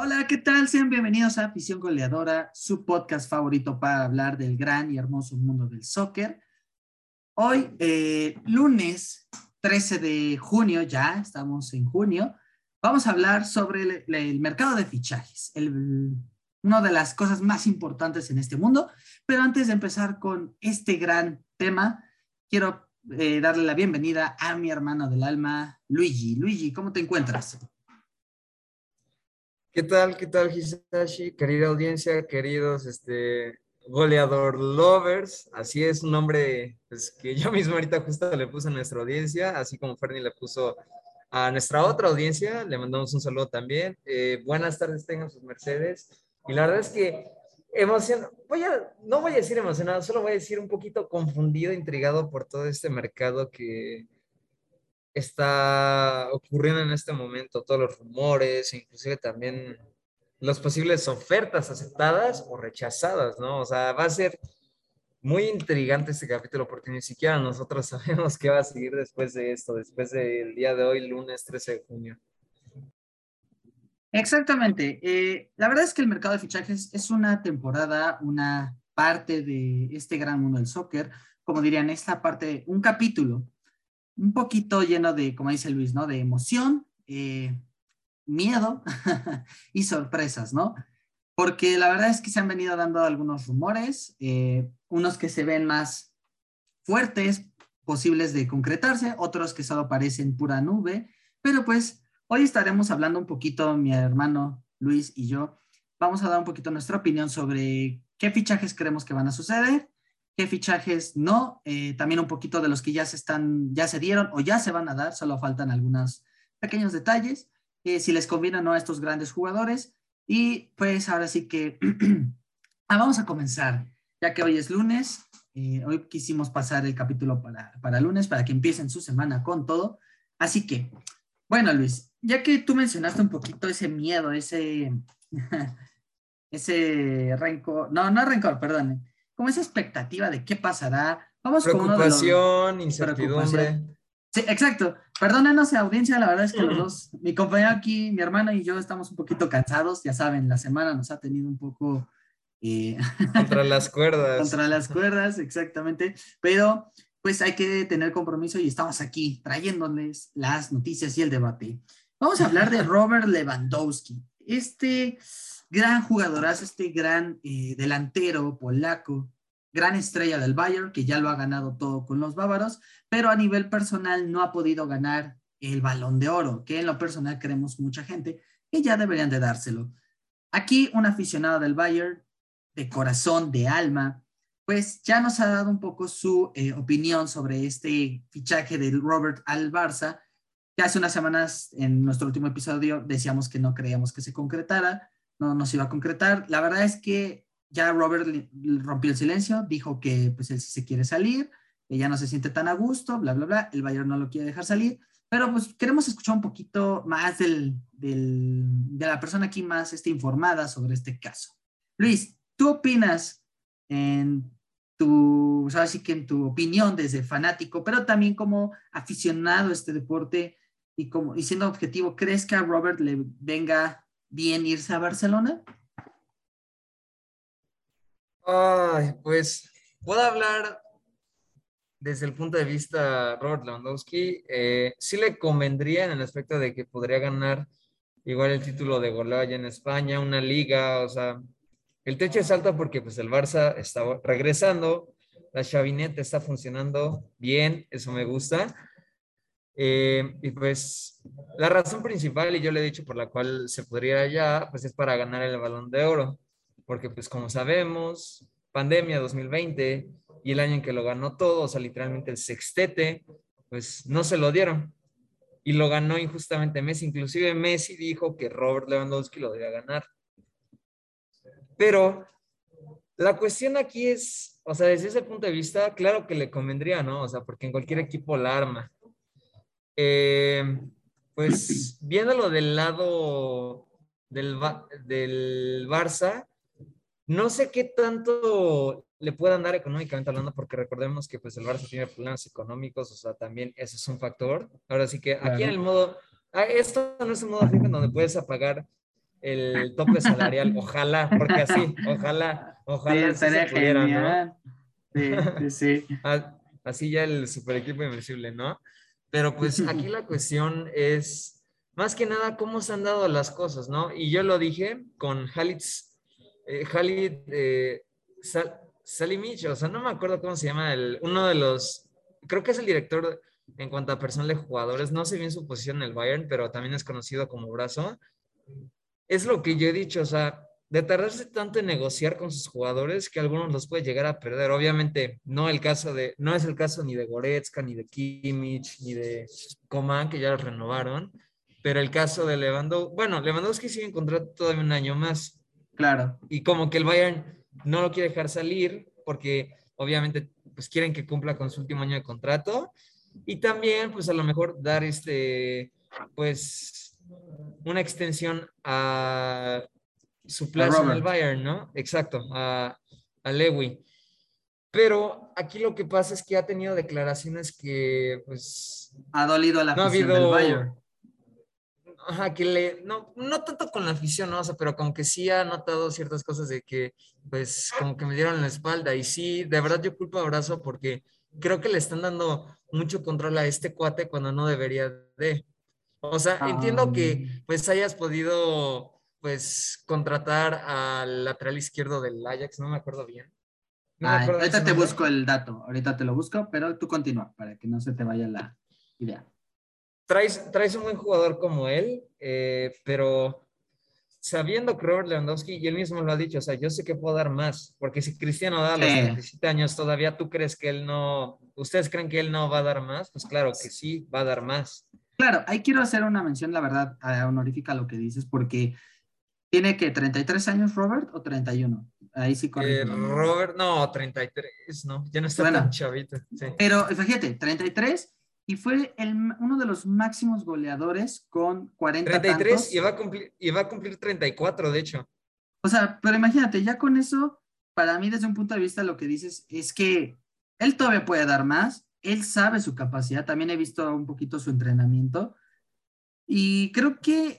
Hola, ¿qué tal? Sean bienvenidos a Afición Goleadora, su podcast favorito para hablar del gran y hermoso mundo del soccer. Hoy, lunes 13 de junio, ya estamos en junio, vamos a hablar sobre el mercado de fichajes, una de las cosas más importantes en este mundo. Pero antes de empezar con este gran tema, quiero darle la bienvenida a mi hermano del alma, Luigi. Luigi, ¿cómo te encuentras? ¿Qué tal? ¿Qué tal, Hisashi? Querida audiencia, queridos goleador lovers. Así es un nombre pues, que yo mismo ahorita justo le puse a nuestra audiencia, así como Fernie le puso a nuestra otra audiencia. Le mandamos un saludo también. Buenas tardes, tengan sus mercedes. Y la verdad es que no voy a decir emocionado, solo voy a decir un poquito confundido, intrigado por todo este mercado que está ocurriendo en este momento, todos los rumores, inclusive también las posibles ofertas aceptadas o rechazadas, ¿no? O sea, va a ser muy intrigante este capítulo porque ni siquiera nosotros sabemos qué va a seguir después de esto, después del día de hoy, lunes 13 de junio. Exactamente. La verdad es que el mercado de fichajes es una temporada, una parte de este gran mundo del soccer, como dirían, esta parte, un capítulo, un poquito lleno de, como dice Luis, ¿no? De emoción, miedo y sorpresas, ¿no? Porque la verdad es que se han venido dando algunos rumores, unos que se ven más fuertes, posibles de concretarse, otros que solo parecen pura nube, pero pues hoy estaremos hablando un poquito, mi hermano Luis y yo, vamos a dar un poquito nuestra opinión sobre qué fichajes creemos que van a suceder, qué fichajes no, también un poquito de los que ya se dieron o ya se van a dar, solo faltan algunos pequeños detalles, si les conviene o no a estos grandes jugadores, y pues ahora sí que vamos a comenzar, ya que hoy es lunes. Hoy quisimos pasar el capítulo para lunes, para que empiecen su semana con todo. Así que, bueno, Luis, ya que tú mencionaste un poquito ese miedo, ese rencor, no rencor, perdón, como esa expectativa de qué pasará, vamos con uno de los Preocupación, preocupación. incertidumbre. Sí, exacto. Perdónenos, audiencia, la verdad es que los dos, mi compañero aquí, mi hermano y yo estamos un poquito cansados, ya saben, la semana nos ha tenido un poco eh, Contra las cuerdas. contra las cuerdas, exactamente, pero pues hay que tener compromiso y estamos aquí trayéndoles las noticias y el debate. Vamos a hablar de Robert Lewandowski, este gran jugadorazo, este gran delantero polaco, gran estrella del Bayern, que ya lo ha ganado todo con los bávaros, pero a nivel personal no ha podido ganar el Balón de Oro, que en lo personal creemos mucha gente que ya deberían de dárselo. Aquí un aficionado del Bayern, de corazón, de alma, pues ya nos ha dado un poco su opinión sobre este fichaje de Robert al Barça, que hace unas semanas en nuestro último episodio decíamos que no creíamos que se concretara, no nos iba a concretar. La verdad es que ya Robert rompió el silencio, dijo que pues él sí se quiere salir, que ya no se siente tan a gusto, bla, bla, bla, el Bayern no lo quiere dejar salir, pero pues queremos escuchar un poquito más de la persona aquí más informada sobre este caso. Luis, ¿tú opinas en sabes sí que en tu opinión desde fanático, pero también como aficionado a este deporte y siendo objetivo, crees que a Robert le venga bien irse a Barcelona? Ay, pues puedo hablar desde el punto de vista Robert Lewandowski. Sí le convendría en el aspecto de que podría ganar igual el título de goleo allá en España, una liga, o sea, el techo es alto porque pues el Barça está regresando, la chavineta está funcionando bien, eso me gusta. Y pues la razón principal, y yo le he dicho por la cual se podría ir allá, pues es para ganar el Balón de Oro, porque pues como sabemos, pandemia 2020 y el año en que lo ganó todo, o sea, literalmente el sextete, pues no se lo dieron y lo ganó injustamente Messi. Inclusive Messi dijo que Robert Lewandowski lo debía ganar. Pero la cuestión aquí es, o sea, desde ese punto de vista, claro que le convendría, ¿no? O sea, porque en cualquier equipo la arma. Eh, pues viéndolo del lado del Barça, no sé qué tanto le puedan dar económicamente hablando, porque recordemos que pues el Barça tiene problemas económicos, o sea, también ese es un factor. Ahora sí que aquí en Claro. el modo, esto no es un modo FIFA en donde puedes apagar el tope salarial. Ojalá, porque así, Sí, ojalá sí se estaría pudiera, ¿no? genial. Sí, sí, sí. Así ya el super equipo invencible, ¿no? Pero pues aquí la cuestión es más que nada cómo se han dado las cosas, ¿no? Y yo lo dije con Khalid Salimic, o sea, no me acuerdo cómo se llama, uno de los, creo que es el director en cuanto a personal de jugadores, no sé bien su posición en el Bayern, pero también es conocido como brazo. Es lo que yo he dicho, o sea, de tardarse tanto en negociar con sus jugadores que algunos los puede llegar a perder. Obviamente, no es el caso ni de Goretzka, ni de Kimmich, ni de Coman, que ya los renovaron, pero el caso de Lewandowski sigue en contrato todavía un año más Claro. y como que el Bayern no lo quiere dejar salir porque obviamente pues quieren que cumpla con su último año de contrato y también pues a lo mejor dar pues una extensión a su A plaza en el Robert. Bayern, ¿no? Exacto, a Lewy. Pero aquí lo que pasa es que ha tenido declaraciones que, pues, Ha dolido a la no ha afición del Bayern. habido, ajá, no tanto con la afición, ¿no? O sea, pero como que sí ha notado ciertas cosas de que, pues, como que me dieron la espalda. Y sí, de verdad yo culpo a Abrazo porque creo que le están dando mucho control a este cuate cuando no debería de. O sea, entiendo que pues hayas podido pues contratar al lateral izquierdo del Ajax, no me acuerdo bien. No me acuerdo bien su Ahorita te nombre. busco el dato, ahorita te lo busco, pero tú continúa para que no se te vaya la idea. Traes un buen jugador como él, pero sabiendo que Robert Lewandowski, y él mismo lo ha dicho, o sea, yo sé que puedo dar más, porque si Cristiano da a Sí, los 37 años todavía, ¿tú crees que él no, ustedes creen que él no va a dar más? Pues claro que sí, va a dar más. claro, ahí quiero hacer una mención, la verdad, honorífica a lo que dices, porque tiene que 33 años Robert o 31. Ahí sí corrígeme. Robert, no, 33, no, ya no está tan Bueno, chavito, sí. pero fíjate, 33 y fue uno de los máximos goleadores con 40 33 y tantos. va a cumplir 34 de hecho. O sea, pero imagínate, ya con eso, para mí desde un punto de vista lo que dices es que él todavía puede dar más, él sabe su capacidad, también he visto un poquito su entrenamiento y creo que,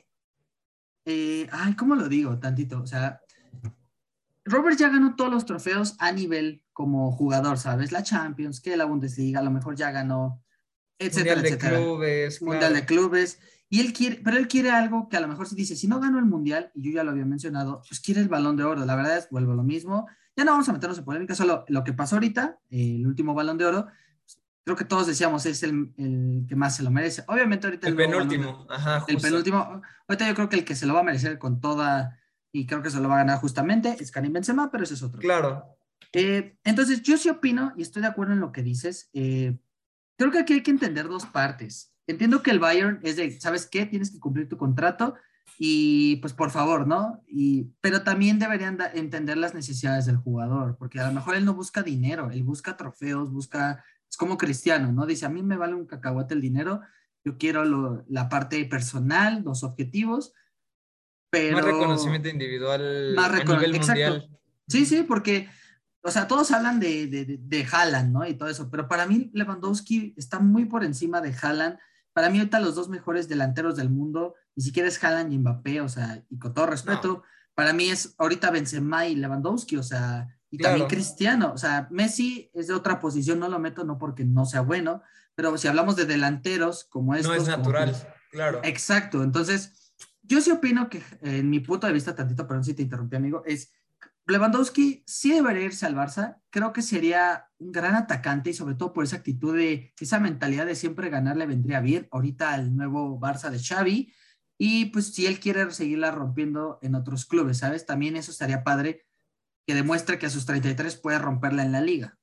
ay, ¿cómo lo digo? Tantito, o sea, Robert ya ganó todos los trofeos a nivel como jugador, ¿sabes? La Champions, que la Bundesliga, a lo mejor ya ganó, etcétera, Mundial de etcétera. clubes, Mundial de claro. clubes. Y él quiere, pero él quiere algo que a lo mejor si dice, si no gano el mundial, y yo ya lo había mencionado, pues quiere el balón de oro. La verdad es, vuelvo a lo mismo. Ya no vamos a meternos en polémica, solo lo que pasó ahorita, el último balón de oro, pues, creo que todos decíamos es el que más se lo merece. Obviamente ahorita El el nuevo balón de, penúltimo, ajá, el justo. penúltimo, ahorita yo creo que el que se lo va a merecer con toda, y creo que se lo va a ganar justamente, es Karim Benzema, pero ese es otro tema. Claro. Entonces, yo sí opino y estoy de acuerdo en lo que dices. Creo que aquí hay que entender dos partes. Entiendo que el Bayern es de, ¿sabes qué? Tienes que cumplir tu contrato y pues por favor, ¿no? Pero también deberían entender las necesidades del jugador, porque a lo mejor él no busca dinero, él busca trofeos, es como Cristiano, ¿no? Dice, a mí me vale un cacahuate el dinero, yo quiero la parte personal, los objetivos, Más pero reconocimiento individual más a nivel exacto. mundial. Sí, sí, porque o sea, todos hablan de Haaland, ¿no? Y todo eso, pero para mí Lewandowski está muy por encima de Haaland. Para mí ahorita los dos mejores delanteros del mundo, ni siquiera es Haaland y Mbappé, o sea, y con todo No, respeto, para mí es ahorita Benzema y Lewandowski, o sea, y también claro. Cristiano, o sea, Messi es de otra posición, no lo meto no porque no sea bueno, pero si hablamos de delanteros como No es estos, como natural, Cristiano, claro. exacto, entonces yo sí opino que en mi punto de vista, tantito, perdón si te interrumpí, amigo, es Lewandowski sí debería irse al Barça. Creo que sería un gran atacante y sobre todo por esa actitud esa mentalidad de siempre ganar le vendría bien ahorita al nuevo Barça de Xavi. Y pues si él quiere seguirla rompiendo en otros clubes, ¿sabes? También eso estaría padre que demuestre que a sus 33 puede romperla en la liga.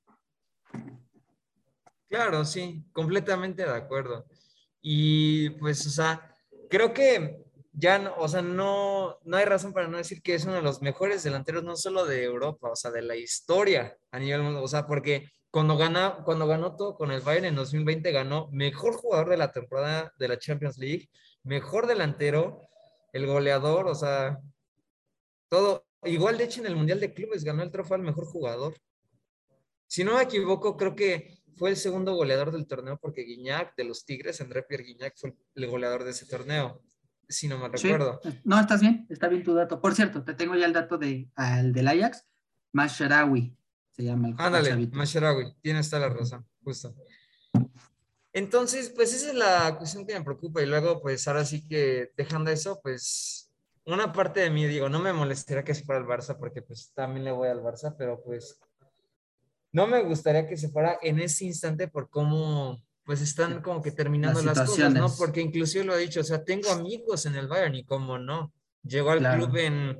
Claro, sí, completamente de acuerdo. Y pues, o sea, creo que ya no, o sea, no hay razón para no decir que es uno de los mejores delanteros, no solo de Europa, o sea, de la historia a nivel mundo, o sea, porque cuando ganó todo con el Bayern en 2020 ganó mejor jugador de la temporada de la Champions League, mejor delantero, el goleador, o sea, todo. Igual, de hecho, en el Mundial de Clubes ganó el trofeo al mejor jugador. Si no me equivoco, creo que fue el segundo goleador del torneo porque Guiñac de los Tigres, André Pierre Guiñac, fue el goleador de ese torneo. si no mal Sí, recuerdo. no, está bien tu dato. Por cierto, te tengo ya el dato del Ajax, Masharawi, se llama el Ándale, chavito. Masharawi, tienes toda la razón, justo. Entonces, pues esa es la cuestión que me preocupa. Y luego, pues ahora sí que dejando eso, pues una parte de mí, digo, no me molestaría que se fuera al Barça, porque pues también le voy al Barça, pero pues no me gustaría que se fuera en ese instante por cómo, pues están como que Las terminando las cosas, ¿no? situaciones, Porque inclusive lo he dicho, o sea, tengo amigos en el Bayern y cómo no. Llegó al club claro. en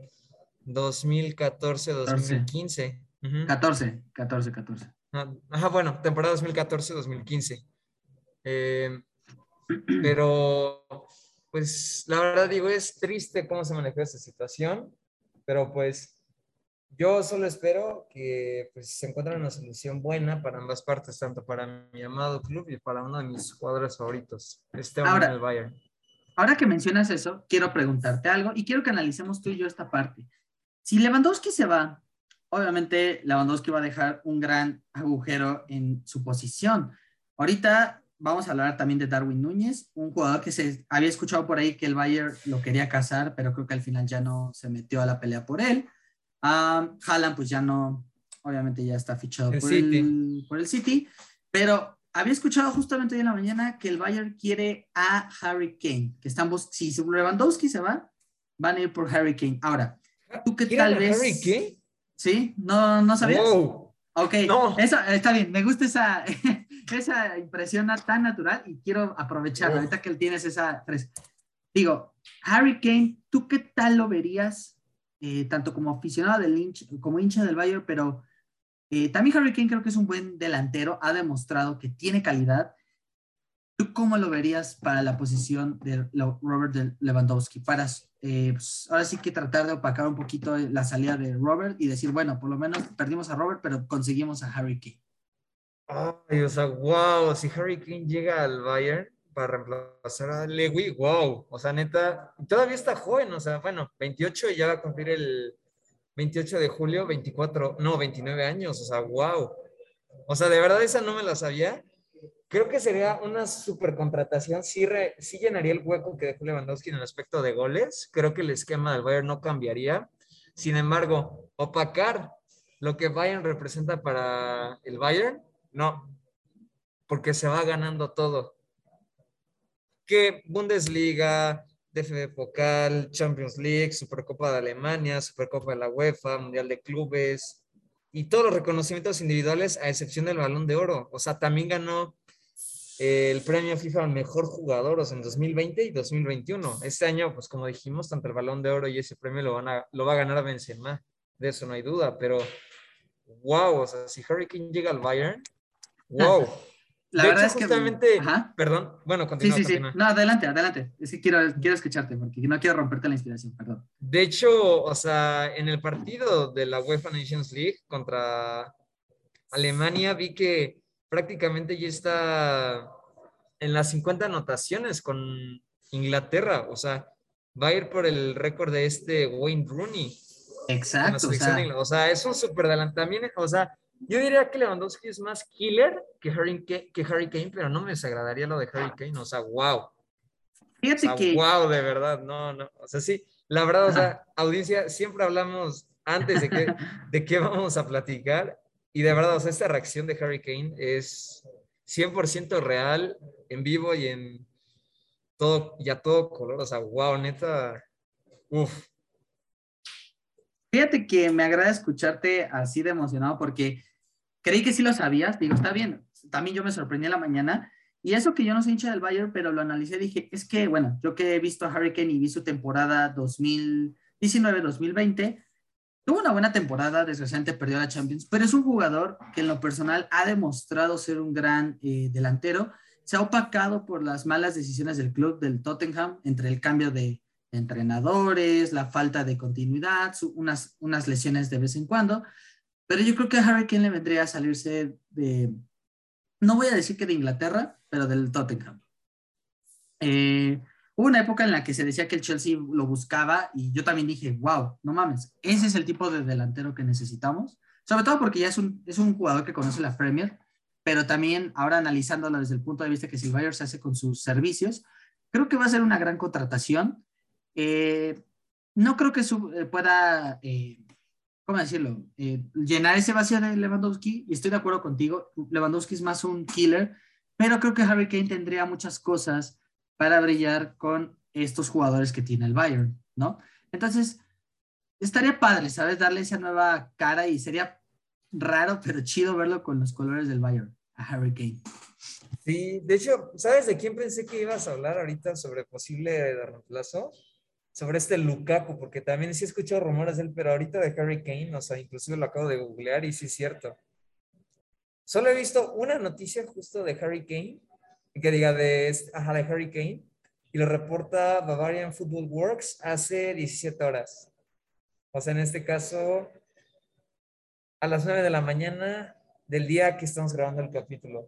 2014, 14, 2015. Ujú. 14, 14, 14. Ajá, bueno, temporada 2014, 2015. Eh, pero, pues, la verdad digo, es triste cómo se manejó esta situación, pero pues yo solo espero que pues, se encuentre una solución buena para ambas partes, tanto para mi amado club y para uno de mis jugadores favoritos, este hombre en el Ahora, Bayern. ahora que mencionas eso, quiero preguntarte algo y quiero que analicemos tú y yo esta parte. Si Lewandowski se va, obviamente Lewandowski va a dejar un gran agujero en su posición. Ahorita vamos a hablar también de Darwin Núñez, un jugador que se había escuchado por ahí que el Bayern lo quería casar, pero creo que al final ya no se metió a la pelea por él. Haaland pues ya no, obviamente ya está fichado El por City. el City, pero había escuchado justamente hoy en la mañana que el Bayern quiere a Harry Kane, que están si Lewandowski se va, van a ir por Harry Kane. Ahora, tú que ¿Quieren tal a Harry vez, Kane? ¿sí? ¿No sabías? ¡Wow! Ok, No. eso está bien, me gusta esa, esa impresión tan natural y quiero aprovecharla, Uf. ahorita que tienes esa digo, Harry Kane, ¿tú qué tal lo verías, tanto como aficionado del hincha, como hincha del Bayern, pero también Harry Kane creo que es un buen delantero, ha demostrado que tiene calidad. ¿Tú cómo lo verías para la posición de Robert Lewandowski? Para, pues, ahora sí que tratar de opacar un poquito la salida de Robert y decir, bueno, por lo menos perdimos a Robert, pero conseguimos a Harry Kane. Ay, o sea, wow, si Harry Kane llega al Bayern para reemplazar a Lewy, wow, o sea, neta, todavía está joven, o sea, bueno, 28 y ya va a cumplir el 28 de julio, 24, no, 29 años, o sea, wow. O sea, de verdad esa no me la sabía. Creo que sería una super contratación, sí, sí llenaría el hueco que dejó Lewandowski en el aspecto de goles. Creo que el esquema del Bayern no cambiaría. Sin embargo, opacar lo que Bayern representa para el Bayern, no, porque se va ganando todo. Que Bundesliga, DFB Pokal, Champions League, Supercopa de Alemania, Supercopa de la UEFA, Mundial de Clubes y todos los reconocimientos individuales a excepción del Balón de Oro. O sea, también ganó el premio FIFA al mejor jugador, o sea, en 2020 y 2021. Este año, pues como dijimos, tanto el Balón de Oro y ese premio lo va a ganar Benzema, de eso no hay duda, pero wow, o sea, si Harry Kane llega al Bayern, wow. La De verdad hecho, es que, justamente, ajá, perdón, bueno, sí, continúa, sí, sí. continúa. No, adelante, adelante. Es que quiero escucharte porque no quiero romperte la inspiración, perdón. De hecho, o sea, en el partido de la UEFA Nations League contra Alemania vi que prácticamente ya está en las 50 anotaciones con Inglaterra. O sea, va a ir por el récord de este Wayne Rooney con la Exacto, o selección de sea, Inglaterra. O sea, es un súper también. O sea, yo diría que Lewandowski es más killer que Harry Kane, pero no me desagradaría lo de Harry Kane. O sea, wow. O fíjate sea, que, wow, de verdad. No, no. O sea, sí, la verdad, o ajá. sea, audiencia, siempre hablamos antes de qué vamos a platicar. Y de verdad, o sea, esta reacción de Harry Kane es 100% real, en vivo y en todo, y a todo color. O sea, wow, neta. Uf. Fíjate que me agrada escucharte así de emocionado porque creí que sí lo sabías, digo, está bien. También yo me sorprendí en la mañana y eso que yo no soy hincha del Bayern, pero lo analicé, dije, es que, bueno, yo que he visto a Harry Kane y vi su temporada 2019-2020, tuvo una buena temporada, desgraciadamente perdió la Champions, pero es un jugador que en lo personal ha demostrado ser un gran delantero. Se ha opacado por las malas decisiones del club del Tottenham, entre el cambio de entrenadores, la falta de continuidad, unas lesiones de vez en cuando. Pero yo creo que a Harry Kane le vendría a salirse no voy a decir que de Inglaterra, pero del Tottenham. Eh, Hubo una época en la que se decía que el Chelsea lo buscaba y yo también dije, wow, no mames, ese es el tipo de delantero que necesitamos, sobre todo porque ya es un jugador que conoce la Premier, pero también ahora analizándolo desde el punto de vista que si el Bayern se hace con sus servicios, creo que va a ser una gran contratación. Eh, no creo que pueda, ¿cómo decirlo? Llenar ese vacío de Lewandowski, y estoy de acuerdo contigo, Lewandowski es más un killer, pero creo que Harry Kane tendría muchas cosas para brillar con estos jugadores que tiene el Bayern, ¿no? Entonces, estaría padre, ¿sabes? Darle esa nueva cara y sería raro, pero chido verlo con los colores del Bayern, a Harry Kane. Sí, de hecho, ¿sabes de quién pensé que ibas a hablar ahorita sobre posible reemplazo? Sobre este Lukaku, porque también sí he escuchado rumores de él, pero ahorita de Harry Kane, o sea, inclusive lo acabo de googlear y sí es cierto. Solo he visto una noticia justo de Harry Kane, que diga ajá, de Harry Kane, y lo reporta Bavarian Football Works hace 17 horas. O sea, en este caso, a las 9 de la mañana del día que estamos grabando el capítulo.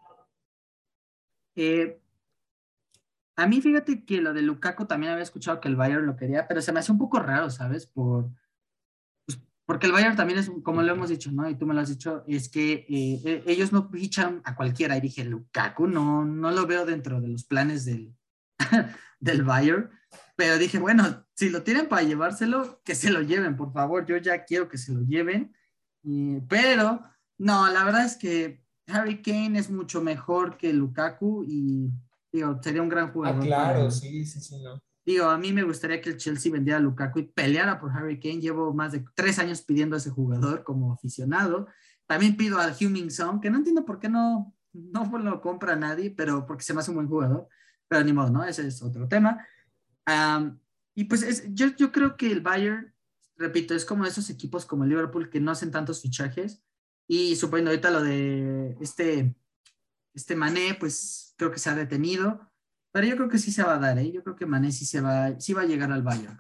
Eh, a mí, fíjate que lo de Lukaku también había escuchado que el Bayern lo quería, pero se me hace un poco raro, ¿sabes? Porque el Bayern también es, como lo hemos dicho, ¿no? Y tú me lo has dicho, es que ellos no fichan a cualquiera. Y dije, Lukaku, no, no lo veo dentro de los planes del Bayern. Pero dije, bueno, si lo tienen para llevárselo, que se lo lleven, por favor. Yo ya quiero que se lo lleven. Pero, no, la verdad es que Harry Kane es mucho mejor que Lukaku y, digo, sería un gran Ah, jugador para claro, el, sí, sí, sí, no. Digo, a mí me gustaría que el Chelsea vendiera a Lukaku y peleara por Harry Kane. Llevo más de 3 años pidiendo a ese jugador como aficionado. También pido al Heung-min Son, que no entiendo por qué no lo compra nadie, pero porque se me hace un buen jugador. Pero ni modo, ¿no? Ese es otro tema. Y pues yo creo que el Bayern, repito, es como esos equipos como el Liverpool que no hacen tantos fichajes. Y suponiendo ahorita lo de este Mané, pues creo que se ha detenido, pero yo creo que sí se va a dar, ¿eh? Yo creo que Mané sí va a llegar al Bayern.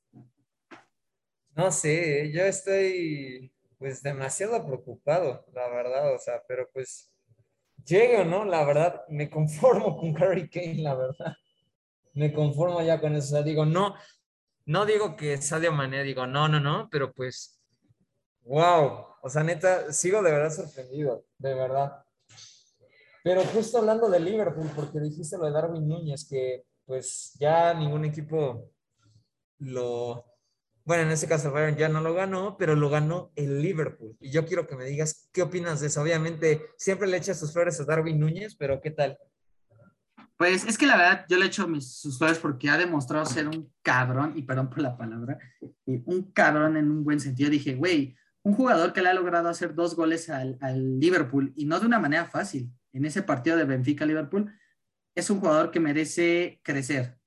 No sé, yo estoy pues demasiado preocupado, la verdad, o sea, pero pues llegue o no, la verdad, me conformo con Harry Kane, la verdad, me conformo ya con eso, o sea, digo, no, no digo que Sadio Mané, digo, no, no, no, pero pues, wow, o sea, neta, sigo de verdad sorprendido, de verdad. Pero justo hablando de Liverpool, porque dijiste lo de Darwin Núñez, que pues ya ningún equipo lo, bueno, en este caso el Bayern ya no lo ganó, pero lo ganó el Liverpool. Y yo quiero que me digas qué opinas de eso. Obviamente, siempre le echas sus flores a Darwin Núñez, pero ¿qué tal? Pues es que la verdad, yo le echo sus flores porque ha demostrado ser un cabrón, y perdón por la palabra, un cabrón en un buen sentido. Dije, güey, un jugador que le ha logrado hacer 2 goles al Liverpool y no de una manera fácil en ese partido de Benfica-Liverpool, es un jugador que merece crecer.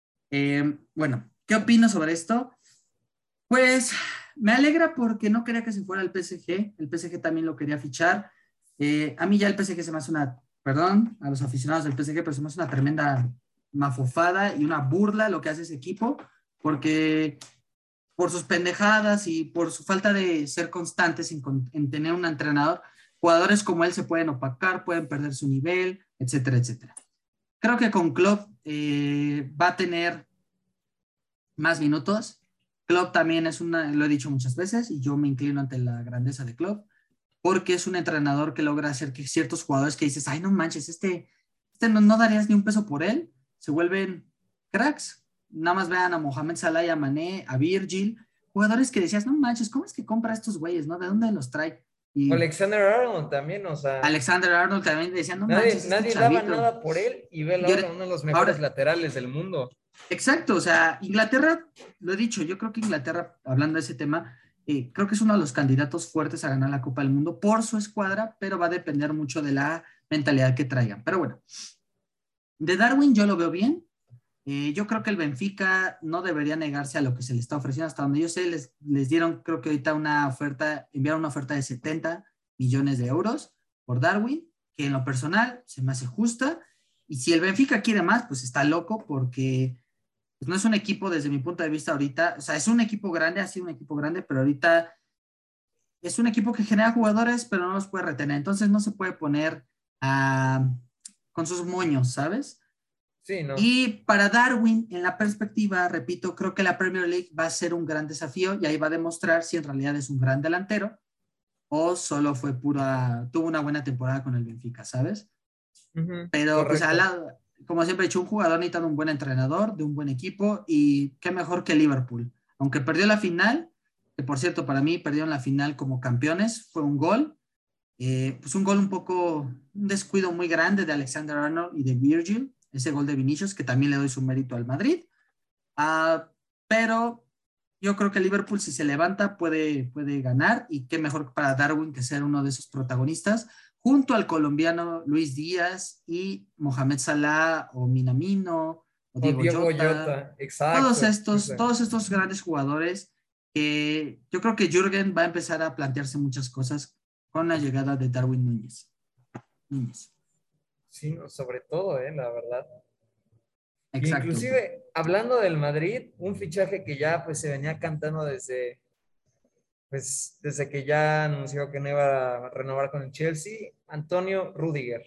Bueno, ¿qué opino sobre esto? Pues me alegra porque no quería que se fuera al PSG. El PSG también lo quería fichar. A mí ya el PSG se me hace perdón, a los aficionados del PSG, pero se me hace una tremenda mafufada y una burla lo que hace ese equipo, porque por sus pendejadas y por su falta de ser constantes en tener un entrenador, jugadores como él se pueden opacar, pueden perder su nivel, etcétera, etcétera. Creo que con Klopp va a tener más minutos. Klopp también lo he dicho muchas veces, y yo me inclino ante la grandeza de Klopp, porque es un entrenador que logra hacer que ciertos jugadores que dices, ay, no manches, este no darías ni un peso por él, se vuelven cracks. Nada más vean a Mohamed Salah, a Mané, a Virgil, jugadores que decías, no manches, ¿cómo es que compra a estos güeyes, no? ¿De dónde los trae? Y Alexander Arnold también, o sea, Alexander Arnold también decía, no nadie, manches, este nadie daba chavito. nada por él y velo Y ahora, uno de los mejores ahora, laterales del mundo. exacto, o sea, Inglaterra, lo he dicho, yo creo que Inglaterra, hablando de ese tema, creo que es uno de los candidatos fuertes a ganar la Copa del Mundo por su escuadra, pero va a depender mucho de la mentalidad que traigan. Pero bueno, de Darwin yo lo veo bien. Yo creo que el Benfica no debería negarse a lo que se le está ofreciendo. Hasta donde yo sé, les dieron, creo que ahorita enviaron una oferta de 70 millones de euros por Darwin, que en lo personal se me hace justa. Y si el Benfica quiere más, pues está loco porque pues no es un equipo desde mi punto de vista ahorita, o sea, es un equipo grande, ha sido un equipo grande, pero ahorita es un equipo que genera jugadores, pero no los puede retener, entonces no se puede poner a, con sus moños, ¿sabes? Sí, ¿no? Y para Darwin, en la perspectiva, repito, creo que la Premier League va a ser un gran desafío y ahí va a demostrar si en realidad es un gran delantero o solo tuvo una buena temporada con el Benfica, ¿sabes? Ujú, Pero pues correcto. como siempre he dicho, un jugador necesita de un buen entrenador, de un buen equipo, y qué mejor que Liverpool. Aunque perdió la final, que por cierto, para mí perdieron la final como campeones, fue un gol, pues un gol un poco, un descuido muy grande de Alexander Arnold y de Virgil, ese gol de Vinicius, que también le doy su mérito al Madrid. Pero yo creo que Liverpool, si se levanta, puede ganar, y qué mejor para Darwin que ser uno de esos protagonistas, junto al colombiano Luis Díaz y Mohamed Salah o Minamino o O Diego Diego Jota, Jota, exacto, exacto. todos estos grandes jugadores que yo creo que Jürgen va a empezar a plantearse muchas cosas con la llegada de Darwin Núñez. Núñez. Sí, no, sobre todo, la verdad. Exacto. Inclusive, hablando del Madrid, un fichaje que ya pues se venía cantando desde que ya anunció que no iba a renovar con el Chelsea, Antonio Rudiger.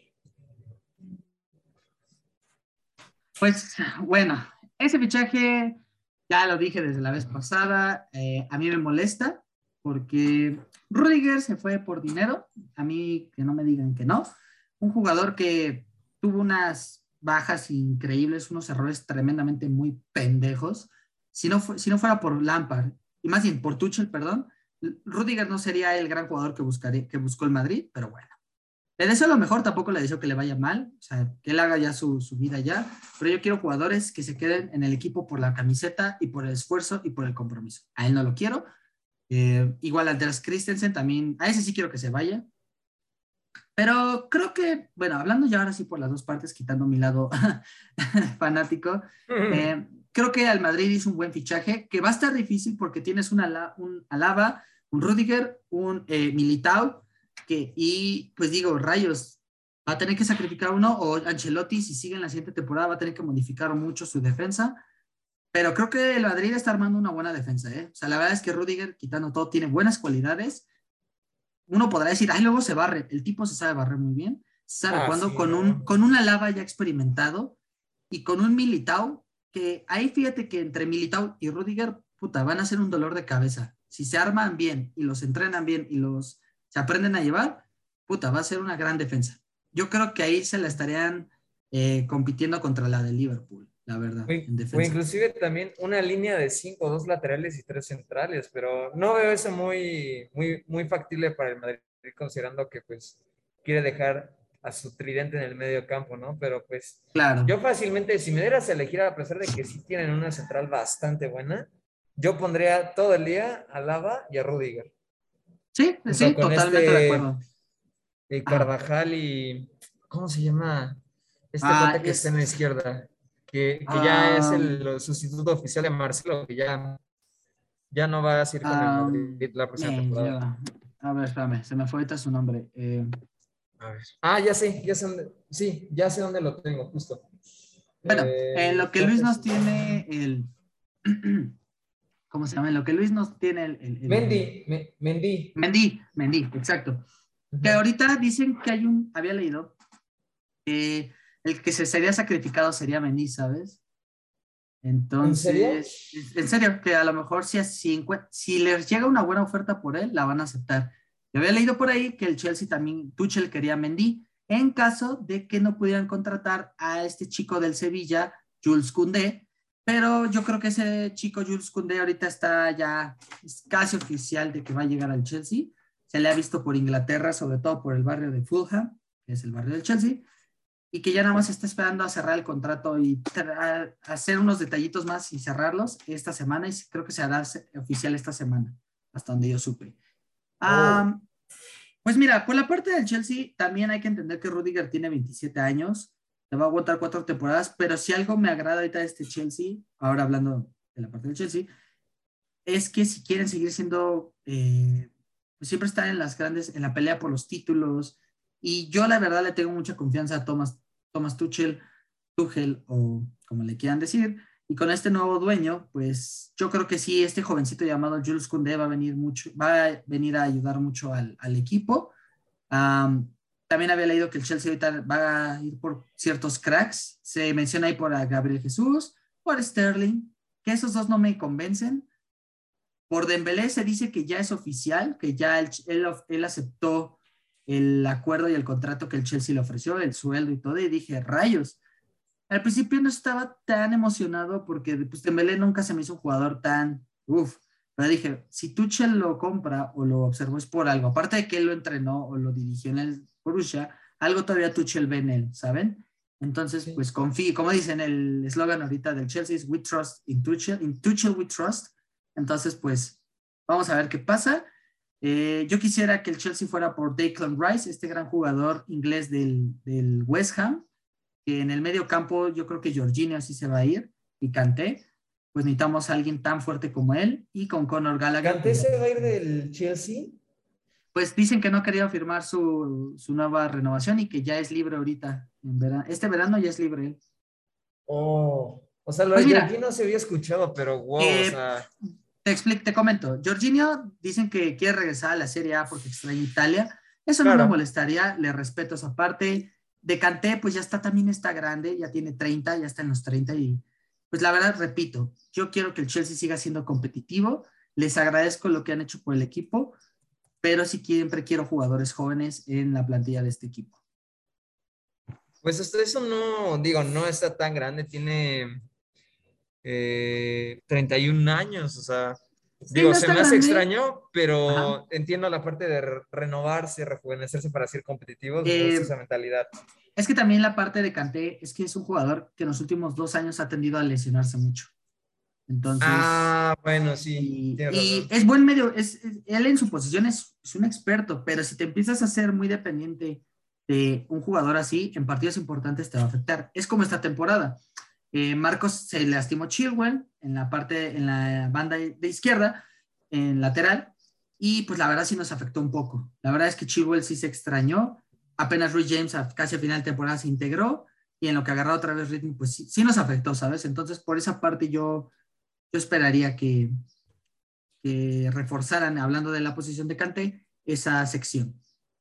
Pues bueno, ese fichaje, ya lo dije desde la vez pasada, a mí me molesta porque Rudiger se fue por dinero, a mí que no me digan que no, un jugador que tuvo unas bajas increíbles, unos errores tremendamente muy pendejos, si no fuera por Lampard, y más bien por Tuchel, perdón, Rudiger no sería el gran jugador que buscó el Madrid, pero bueno. Le deseo lo mejor, tampoco le deseo que le vaya mal, o sea, que él haga ya su vida ya, pero yo quiero jugadores que se queden en el equipo por la camiseta y por el esfuerzo y por el compromiso. A él no lo quiero. Igual a Andreas Christensen también, a ese sí quiero que se vaya. Pero creo que, bueno, hablando ya ahora sí por las dos partes, quitando mi lado fanático, creo que al Madrid hizo un buen fichaje, que va a estar difícil porque tienes un Alaba, un Rudiger, un Militao, y pues digo, rayos, va a tener que sacrificar uno, o Ancelotti, si sigue en la siguiente temporada, va a tener que modificar mucho su defensa. Pero creo que el Madrid está armando una buena defensa, ¿eh? O sea, la verdad es que Rudiger, quitando todo, tiene buenas cualidades. Uno podrá decir, ay, luego se barre. El tipo se sabe barrer muy bien. Sabe Ah, cuándo sí, ¿no? con una lava ya experimentado y con un Militao, que ahí fíjate que entre Militao y Rudiger, puta, van a ser un dolor de cabeza. Si se arman bien y los entrenan bien y los se aprenden a llevar, puta, va a ser una gran defensa. Yo creo que ahí se la estarían compitiendo contra la de Liverpool, la verdad, en O defensa. inclusive también una línea de cinco, dos laterales y tres centrales, pero no veo eso muy factible para el Madrid, considerando que pues quiere dejar a su tridente en el medio campo, ¿no? Pero pues Claro. yo fácilmente, si me dieras a elegir, a pesar de que sí tienen una central bastante buena, yo pondría todo el día a Lava y a Rudiger, Sí, junto sí, con totalmente de acuerdo. Ajá. Carvajal y, ¿cómo se llama? Este Ah, pata que está en la es. izquierda, que ya es ah, el sustituto oficial de Marcelo, que ya no va a seguir con el Madrid la próxima temporada. lleva. A ver, espérame, se me fue ahorita su nombre. A ver. Ah, ya sé dónde, sí, ya sé dónde lo tengo, justo. Bueno, en lo que Luis Creo que nos sí. tiene el. ¿Cómo se llama? En lo que Luis nos tiene Mendy. Mendy, exacto. Que Ujú. ahorita dicen que había leído que el que se sería sacrificado sería Mendy, ¿sabes? ¿En serio? Entonces, en serio, que a lo mejor si les llega una buena oferta por él, la van a aceptar. Yo había leído por ahí que el Chelsea también, Tuchel quería a Mendy, en caso de que no pudieran contratar a este chico del Sevilla, Jules Koundé, pero yo creo que ese chico Jules Koundé ahorita está ya, es casi oficial de que va a llegar al Chelsea. Se le ha visto por Inglaterra, sobre todo por el barrio de Fulham, que es el barrio del Chelsea, y que ya nada más está esperando a cerrar el contrato y hacer unos detallitos más y cerrarlos esta semana, y creo que se hará oficial esta semana, hasta donde yo supe. Oh. Um, pues mira, por la parte del Chelsea también hay que entender que Rudiger tiene 27 años, le va a aguantar 4 temporadas, pero si algo me agrada ahorita de este Chelsea, ahora hablando de la parte del Chelsea, es que si quieren seguir siendo, pues siempre estar en las grandes, en la pelea por los títulos, y yo la verdad le tengo mucha confianza a Thomas Tuchel o como le quieran decir, y con este nuevo dueño, pues yo creo que sí, este jovencito llamado Jules Koundé va a venir a ayudar mucho al equipo. Um, También había leído que el Chelsea ahorita va a ir por ciertos cracks, se menciona ahí por a Gabriel Jesús, por Sterling, que esos dos no me convencen. Por Dembélé se dice que ya es oficial, que ya él aceptó el acuerdo y el contrato que el Chelsea le ofreció, el sueldo y todo, y dije, rayos. al principio no estaba tan emocionado porque pues, Dembélé nunca se me hizo un jugador tan, uff, pero dije, si Tuchel lo compra o lo observó es por algo, aparte de que él lo entrenó o lo dirigió en el Borussia, algo todavía Tuchel ve en él, ¿saben? Entonces, Sí. pues confío, como dicen el eslogan ahorita del Chelsea es We Trust in Tuchel we trust. Entonces, pues vamos a ver qué pasa. Yo quisiera que el Chelsea fuera por Declan Rice, este gran jugador inglés del West Ham, que en el medio campo yo creo que Jorginho así se va a ir y Kanté, pues necesitamos a alguien tan fuerte como él y con Conor Gallagher, ¿Kanté pues, se va a ir del Chelsea? pues dicen que no ha querido firmar su nueva renovación y que ya es libre ahorita, en verano. Este verano ya es libre él. Oh, o sea, lo Pues de mira, Jorginho no se había escuchado, pero wow, o eh, sea, te comento, Jorginho dicen que quiere regresar a la Serie A porque extraña Italia. Eso no me claro. molestaría, le respeto esa parte. De Kanté, pues ya está, también está grande, ya tiene 30, ya está en los 30 y pues la verdad, repito, yo quiero que el Chelsea siga siendo competitivo, les agradezco lo que han hecho por el equipo, pero sí siempre quiero jugadores jóvenes en la plantilla de este equipo. Pues hasta eso no, digo, no está tan grande, tiene 31 años, o sea, Sí, digo, no se está me hace grande. extraño, Ajá. pero entiendo la parte de renovarse, rejuvenecerse para ser competitivos, me gusta Eh, esa mentalidad. es que también la parte de Kanté es que es un jugador que en los últimos 2 años ha tendido a lesionarse mucho. Entonces, Ah, bueno, sí, tienes y razón. es buen medio, él en su posición es un experto, pero si te empiezas a ser muy dependiente de un jugador así, en partidos importantes te va a afectar. Es como esta temporada. Marcos se lastimó Chilwell en la parte, en la banda de izquierda, en lateral, y pues la verdad sí nos afectó un poco. La verdad es que Chilwell sí se extrañó, apenas Rhys James casi a final de temporada se integró, y en lo que agarró otra vez ritmo, pues sí, sí nos afectó, ¿sabes? Entonces por esa parte yo esperaría que reforzaran, hablando de la posición de Kanté, esa sección.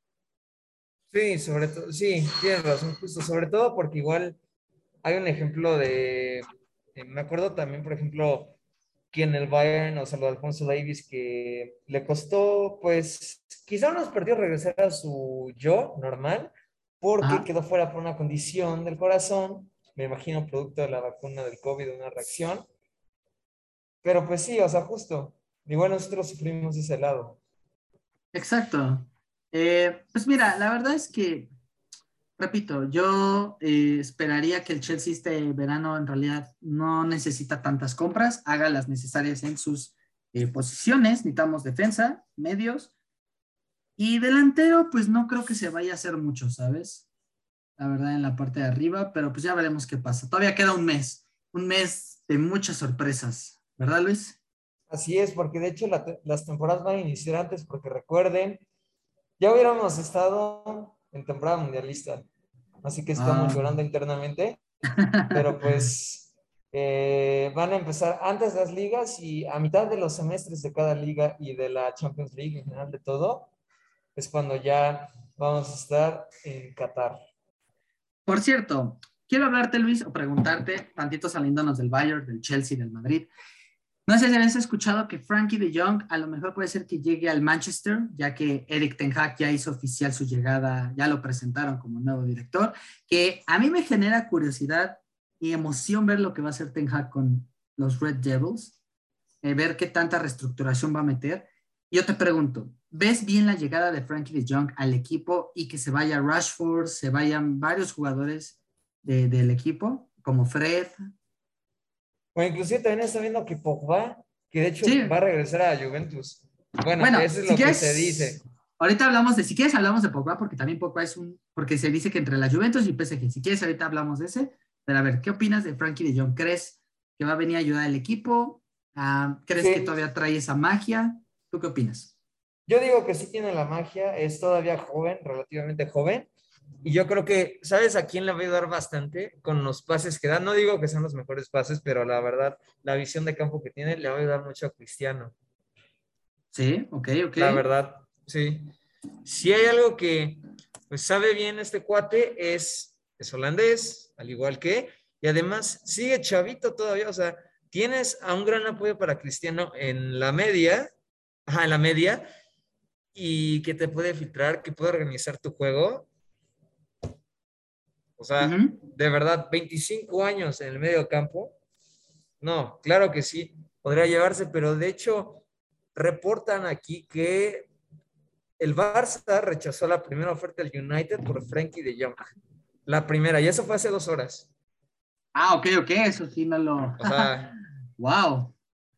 Sí, sobre todo, sí, tienes razón, justo, sobre todo porque igual hay un ejemplo de, me acuerdo también, por ejemplo, que en el Bayern, o sea, lo de Alfonso Davies, que le costó, pues, quizá unos partidos regresar a su yo normal, porque Ajá, quedó fuera por una condición del corazón, me imagino producto de la vacuna del COVID, una reacción, pero pues sí, o sea, justo, igual nosotros sufrimos ese lado. exacto. Pues mira, la verdad es que, repito, yo esperaría que el Chelsea este verano en realidad no necesita tantas compras, haga las necesarias en sus posiciones, necesitamos defensa, medios y delantero, pues no creo que se vaya a hacer mucho, ¿sabes? La verdad, en la parte de arriba, pero pues ya veremos qué pasa. Todavía queda un mes de muchas sorpresas, ¿verdad, Luis? Así es, porque de hecho las temporadas van a iniciar antes, porque recuerden, ya hubiéramos estado en temporada mundialista, así que estamos Ah. llorando internamente, pero pues van a empezar antes las ligas y a mitad de los semestres de cada liga y de la Champions League en general de todo, es cuando ya vamos a estar en Qatar. Por cierto, quiero hablarte, Luis, o preguntarte, tantito saliéndonos del Bayern, del Chelsea, del Madrid. No sé si habías escuchado que Frankie de Jong a lo mejor puede ser que llegue al Manchester, ya que Eric Ten Hag ya hizo oficial su llegada, ya lo presentaron como nuevo director, que a mí me genera curiosidad y emoción ver lo que va a hacer Ten Hag con los Red Devils, ver qué tanta reestructuración va a meter. Yo te pregunto, ¿ves bien la llegada de Frankie de Jong al equipo y que se vaya Rashford, se vayan varios jugadores del equipo, como Fred? O inclusive también está viendo que Pogba, que de hecho Sí, va a regresar a Juventus. Bueno, bueno, eso es si lo que se dice. quieres, ahorita hablamos si quieres hablamos de Pogba, porque también Pogba porque se dice que entre la Juventus y PSG, si quieres ahorita hablamos de ese, pero a ver, ¿qué opinas de Frankie de Jong? ¿Crees que va a venir a ayudar al equipo? ¿Crees que Sí, todavía trae esa magia? ¿Tú qué opinas? yo digo que sí tiene la magia, es todavía joven, relativamente joven, y yo creo que, ¿sabes a quién le va a ayudar bastante con los pases que da? No digo que sean los mejores pases, pero la verdad, la visión de campo que tiene le va a ayudar mucho a Cristiano. Sí, ok, ok. La verdad, sí. Si hay algo que pues sabe bien este cuate es holandés, al igual que, y además sigue chavito todavía, o sea, tienes a un gran apoyo para Cristiano en la media, ajá, en la media, y que te puede filtrar, que puede organizar tu juego. O sea, Ujú. de verdad, 25 años en el medio campo. No, claro que sí, podría llevarse, pero de hecho reportan aquí que el Barça rechazó la primera oferta del United por Frenkie de Jong. La primera, y eso fue hace 2 horas. Ah, ok, eso sí no lo... O sea, Wow.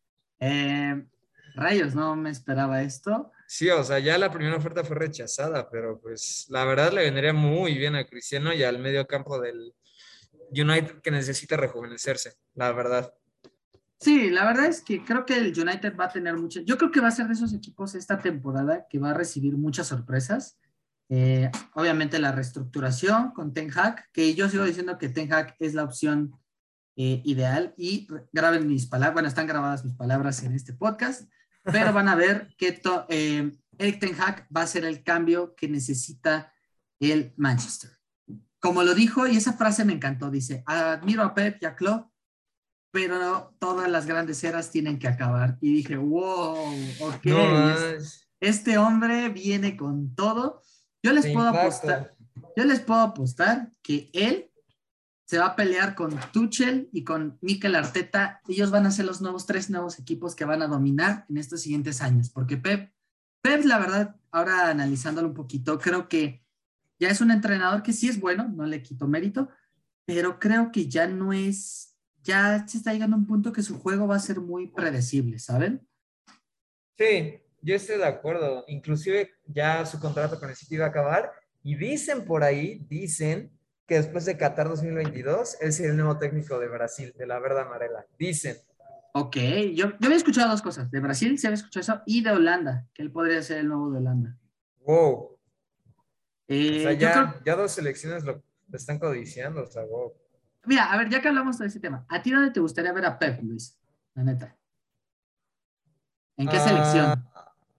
Rayos, no me esperaba esto. sí, o sea, ya la primera oferta fue rechazada, pero pues la verdad le vendría muy bien a Cristiano y al medio campo del United que necesita rejuvenecerse, la verdad. Sí, la verdad es que creo que el United va a tener muchas, yo creo que va a ser de esos equipos esta temporada que va a recibir muchas sorpresas. Obviamente la reestructuración con Ten Hag, que yo sigo diciendo que Ten Hag es la opción ideal y graben mis palabras, bueno, están grabadas mis palabras en este podcast, pero van a ver que Eric Ten Hag va a ser el cambio que necesita el Manchester. Como lo dijo, y esa frase me encantó, dice, admiro a Pep y a Klopp, pero todas las grandes eras tienen que acabar. Y dije, wow, ok, No más, este hombre viene con todo. Yo les de puedo impacto. apostar, yo les puedo apostar que él se va a pelear con Tuchel y con Mikel Arteta. Ellos van a ser los tres nuevos equipos que van a dominar en estos siguientes años, porque Pep, la verdad, ahora analizándolo un poquito, creo que ya es un entrenador que sí es bueno, no le quito mérito, pero creo que ya no es, ya se está llegando a un punto que su juego va a ser muy predecible, ¿saben? Sí, yo estoy de acuerdo. Inclusive ya su contrato con el City va a acabar y dicen por ahí, dicen que después de Qatar 2022 él será el nuevo técnico de Brasil, de la Verde Amarela. Dicen, Ok, yo había escuchado dos cosas, de Brasil se había escuchado eso y de Holanda, que él podría ser el nuevo de Holanda. wow. O sea, Yo creo, ya dos selecciones lo están codiciando, o sea, wow. mira, a ver, ya que hablamos de ese tema, ¿a ti dónde te gustaría ver a Pep, Luis? La neta. ¿En qué Ah, selección?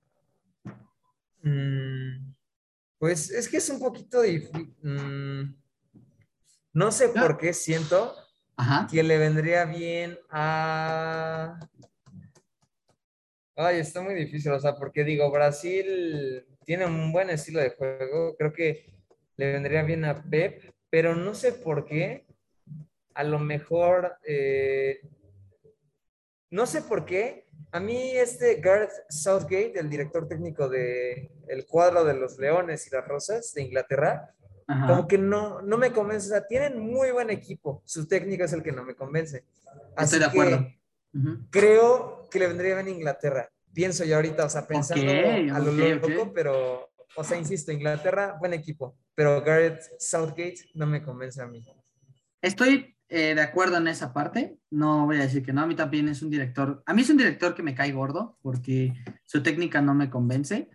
mm, pues es que es un poquito difícil. No sé Yo- por qué siento Ajá. que le vendría bien a... Ay, está muy difícil, o sea, porque digo, Brasil tiene un buen estilo de juego, creo que le vendría bien a Pep, pero no sé por qué, a lo mejor, no sé por qué, a mí este Gareth Southgate, el director técnico de el cuadro de los Leones y las Rosas de Inglaterra, como Ajá, que no me convence, o sea, tienen muy buen equipo, su técnico es el que no me convence, estoy de así acuerdo. que Ujú. creo que le vendría bien a Inglaterra. Pienso yo ahorita, o sea, Ok, pensando a lo ok. loco, pero, o sea, insisto, Inglaterra, buen equipo, pero Gareth Southgate no me convence a mí. Estoy de acuerdo en esa parte. No voy a decir que no. A mí también es un director. A mí es un director que me cae gordo porque su técnica no me convence.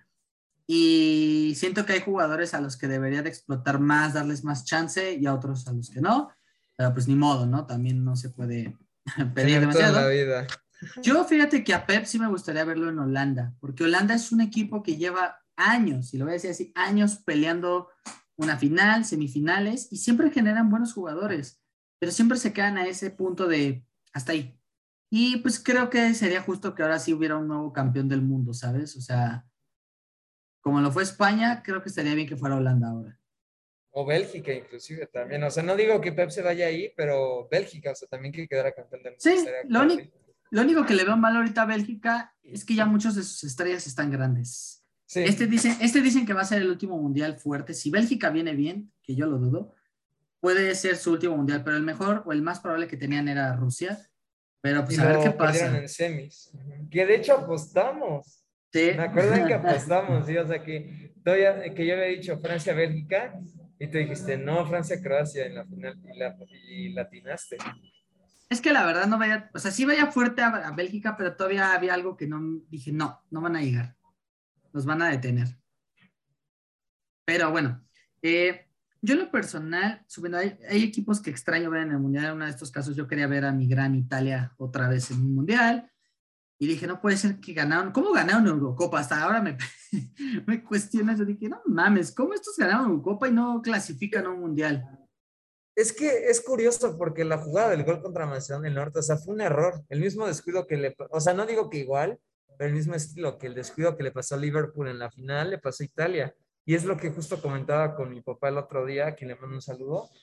Y siento que hay jugadores a los que debería de explotar más, darles más chance y a otros a los que no. Pero pues ni modo, ¿no? También no se puede pedir Tener todo en la demasiado. vida. Yo fíjate que a Pep sí me gustaría verlo en Holanda, porque Holanda es un equipo que lleva años, y lo voy a decir así, años peleando una final, semifinales, y siempre generan buenos jugadores, pero siempre se quedan a ese punto de hasta ahí. Y pues creo que sería justo que ahora sí hubiera un nuevo campeón del mundo, ¿sabes? O sea, como lo fue España, creo que estaría bien que fuera Holanda ahora. O Bélgica, inclusive también. O sea, no digo que Pep se vaya ahí, pero Bélgica, o sea, también que quedara campeón del mundo Sí, estaría lo único, padre. lo único que le veo mal ahorita a Bélgica es que ya muchos de sus estrellas están grandes. Sí, Este dicen que va a ser el último mundial fuerte. Si Bélgica viene bien, que yo lo dudo, puede ser su último mundial, pero el mejor o el más probable que tenían era Rusia. Pero y pues a ver qué lo perdieron pasa. en semis. Ujú. Que de hecho apostamos. Sí. Me acuerdo en que apostamos, ¿sí? O sea, que, todavía, que yo había dicho Francia-Bélgica y tú dijiste, no, Francia-Croacia en la final y la atinaste. Es que la verdad no vaya, o sea, sí vaya fuerte a Bélgica, pero todavía había algo que no dije, no, no van a llegar, los van a detener. Pero bueno, yo en lo personal, subiendo, hay equipos que extraño ver en el Mundial. En uno de estos casos yo quería ver a mi gran Italia otra vez en un Mundial. Y dije, no puede ser que ganaron. ¿Cómo ganaron Eurocopa? Hasta ahora me cuestiono eso. Dije, no mames, ¿cómo estos ganaron Eurocopa y no clasifican a un Mundial? Es que es curioso porque la jugada del gol contra Macedonia del Norte, o sea, fue un error. El mismo descuido que o sea, no digo que igual, pero el mismo estilo que el descuido que le pasó a Liverpool en la final, le pasó a Italia. Y es lo que justo comentaba con mi papá el otro día, a quien le mando un saludo.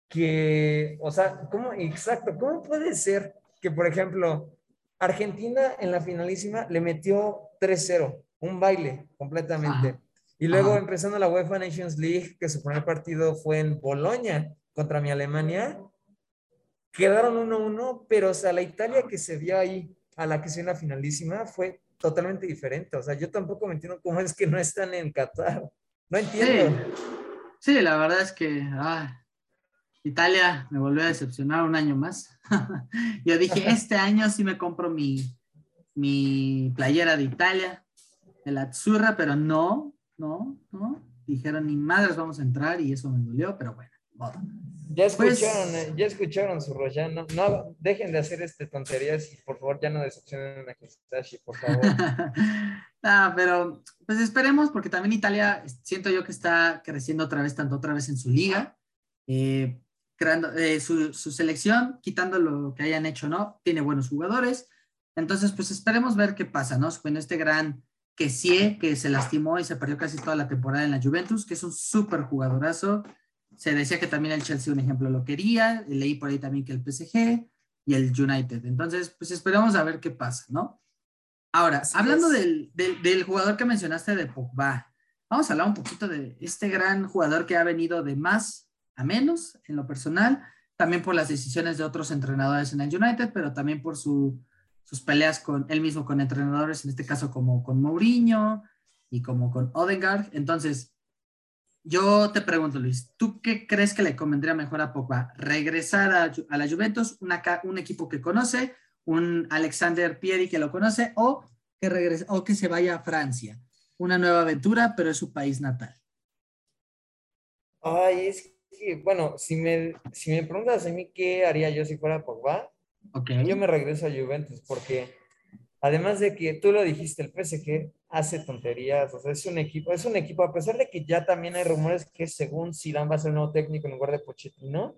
o sea, ¿cómo puede ser que, por ejemplo, Argentina en la finalísima le metió 3-0, un baile Ajá, completamente? Y luego ajá. empezando la UEFA Nations League, que su primer partido fue en Bolonia contra mi Alemania, quedaron 1-1, pero o sea, la Italia que se vio ahí, a la que se vio en la finalísima, fue totalmente diferente. O sea, yo tampoco me entiendo cómo es que no están en Qatar. No entiendo. Sí, sí, la verdad es que Italia me volvió a decepcionar un año más. Yo dije, este año sí me compro mi playera de Italia, de la Azzurra, pero no, no, no. Dijeron, ni madres vamos a entrar y eso me dolió, pero bueno, modo. Pues, Ya escucharon su rollo, ya no, no, dejen de hacer tonterías y por favor ya no decepcionen a Hisashi, por favor. pero pues esperemos porque también Italia siento yo que está creciendo otra vez, tanto otra vez en su liga, eh, creando su selección, quitando lo que hayan hecho, ¿no? Tiene buenos jugadores. Entonces, pues esperemos ver qué pasa, ¿no? Con este gran que se lastimó y se perdió casi toda la temporada en la Juventus, que es un súper jugadorazo. Se decía que también el Chelsea, un ejemplo, lo quería. Leí por ahí también que el PSG y el United. Entonces, pues esperemos a ver qué pasa, ¿no? Ahora, Así hablando es. del jugador que mencionaste de Pogba, vamos a hablar un poquito de este gran jugador que ha venido de más a menos en lo personal, también por las decisiones de otros entrenadores en el United, pero también por sus peleas con él mismo, con entrenadores, en este caso como con Mourinho y como con Odegaard. Entonces, yo te pregunto, Luis, ¿tú qué crees que le convendría mejor a Pogba? ¿Regresar a la Juventus, un equipo que conoce, un Alexander Pieri que lo conoce, o que se vaya a Francia? Una nueva aventura, pero es su país natal. Ay, es que, bueno, si me preguntas a mí qué haría yo si fuera Pogba, Ok. yo me regreso a Juventus porque además de que tú lo dijiste, el PSG hace tonterías, o sea, es un equipo, a pesar de que ya también hay rumores que según Zidane va a ser el nuevo técnico en lugar de Pochettino,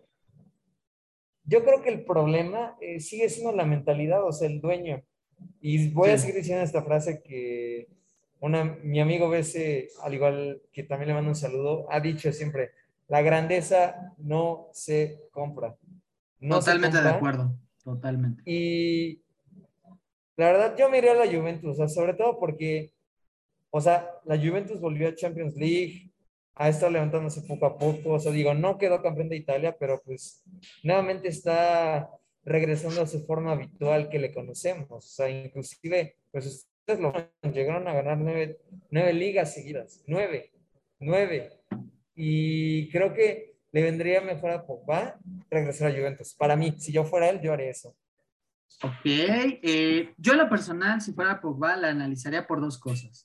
yo creo que el problema sigue siendo la mentalidad, o sea, el dueño. Y voy a Sí, seguir diciendo esta frase que mi amigo Bese, al igual que también le mando un saludo, ha dicho siempre, la grandeza no se compra, no se totalmente de compra. acuerdo, totalmente. Y la verdad, yo me iría a la Juventus, o sea, sobre todo porque, o sea, la Juventus volvió a Champions League, ha estado levantándose poco a poco, o sea, digo, no quedó campeón de Italia, pero pues nuevamente está regresando a su forma habitual que le conocemos, o sea, inclusive, pues ustedes llegaron a ganar nueve ligas seguidas, nueve, y creo que le vendría mejor a Pogba regresar a Juventus. Para mí, si yo fuera él, yo haría eso. Ok, yo en lo personal, si fuera Pogba, la analizaría por dos cosas.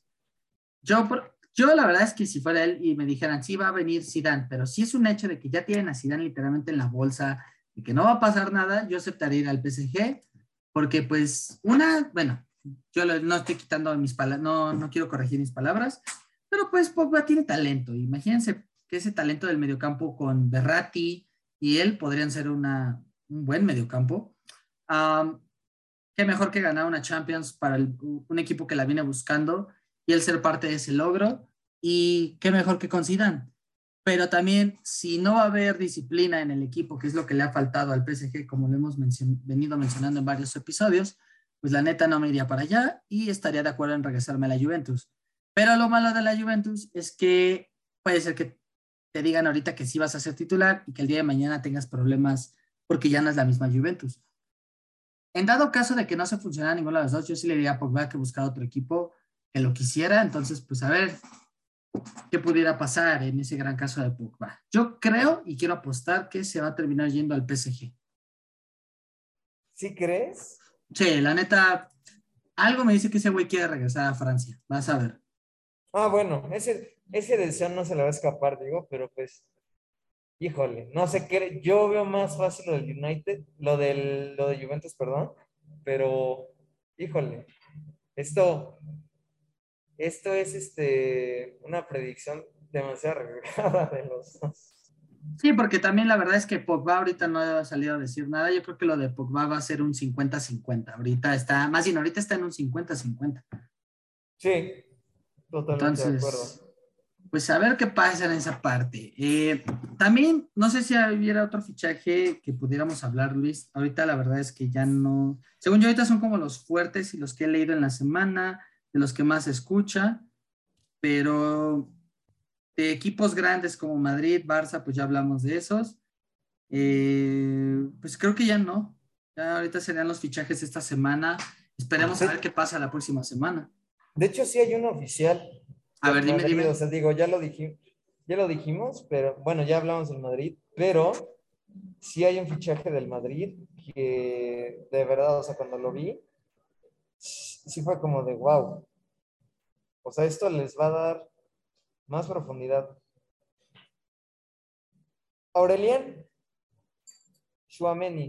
Yo la verdad es que si fuera él y me dijeran, sí va a venir Zidane, pero si es un hecho de que ya tienen a Zidane literalmente en la bolsa y que no va a pasar nada, yo aceptaría ir al PSG, porque pues bueno, no estoy quitando mis palabras, no, no quiero corregir mis palabras, pero pues Pogba tiene talento. Imagínense que ese talento del mediocampo con Berratti y él podrían ser un buen mediocampo. Um, Qué mejor que ganar una Champions para un equipo que la viene buscando y el ser parte de ese logro. Y qué mejor que con Zidane. Pero también, si no va a haber disciplina en el equipo, que es lo que le ha faltado al PSG, como lo hemos venido mencionando en varios episodios, pues la neta no me iría para allá y estaría de acuerdo en regresarme a la Juventus. Pero lo malo de la Juventus es que puede ser que te digan ahorita que sí vas a ser titular y que el día de mañana tengas problemas porque ya no es la misma Juventus. En dado caso de que no se funcionara ninguno de los dos, yo sí le diría a Pogba que buscara otro equipo que lo quisiera. Entonces, pues a ver qué pudiera pasar en ese gran caso de Pogba. Yo creo y quiero apostar que se va a terminar yendo al PSG. ¿Sí crees? Sí, la neta, algo me dice que ese güey quiere regresar a Francia. Vas a ver. Ah, bueno, ese deseo no se le va a escapar, digo, pero pues, híjole, no sé qué, yo veo más fácil lo del United, lo de Juventus, perdón, pero, híjole, esto, esto es una predicción demasiado arriesgada de los dos. Sí, porque también la verdad es que Pogba ahorita no ha salido a decir nada. Yo creo que lo de Pogba va a ser un 50-50. Ahorita está, más bien, ahorita está en un 50-50. Sí, totalmente de Entonces, acuerdo. pues a ver qué pasa en esa parte. También, no sé si hubiera otro fichaje que pudiéramos hablar, Luis. Ahorita la verdad es que ya no, según yo ahorita son como los fuertes y los que he leído en la semana, de los que más se escucha, pero de equipos grandes como Madrid, Barça, pues ya hablamos de esos. Pues creo que ya no. Ya ahorita serían los fichajes esta semana. Esperemos a ver qué pasa la próxima semana. De hecho, sí hay uno oficial A del ver, dime, Madrid, o dime. sea, digo, ya lo dijimos, pero bueno, ya hablamos del Madrid, pero sí hay un fichaje del Madrid que de verdad, o sea, cuando lo vi, sí fue como de wow. O sea, esto les va a dar más profundidad. Aurelien Tchouaméni,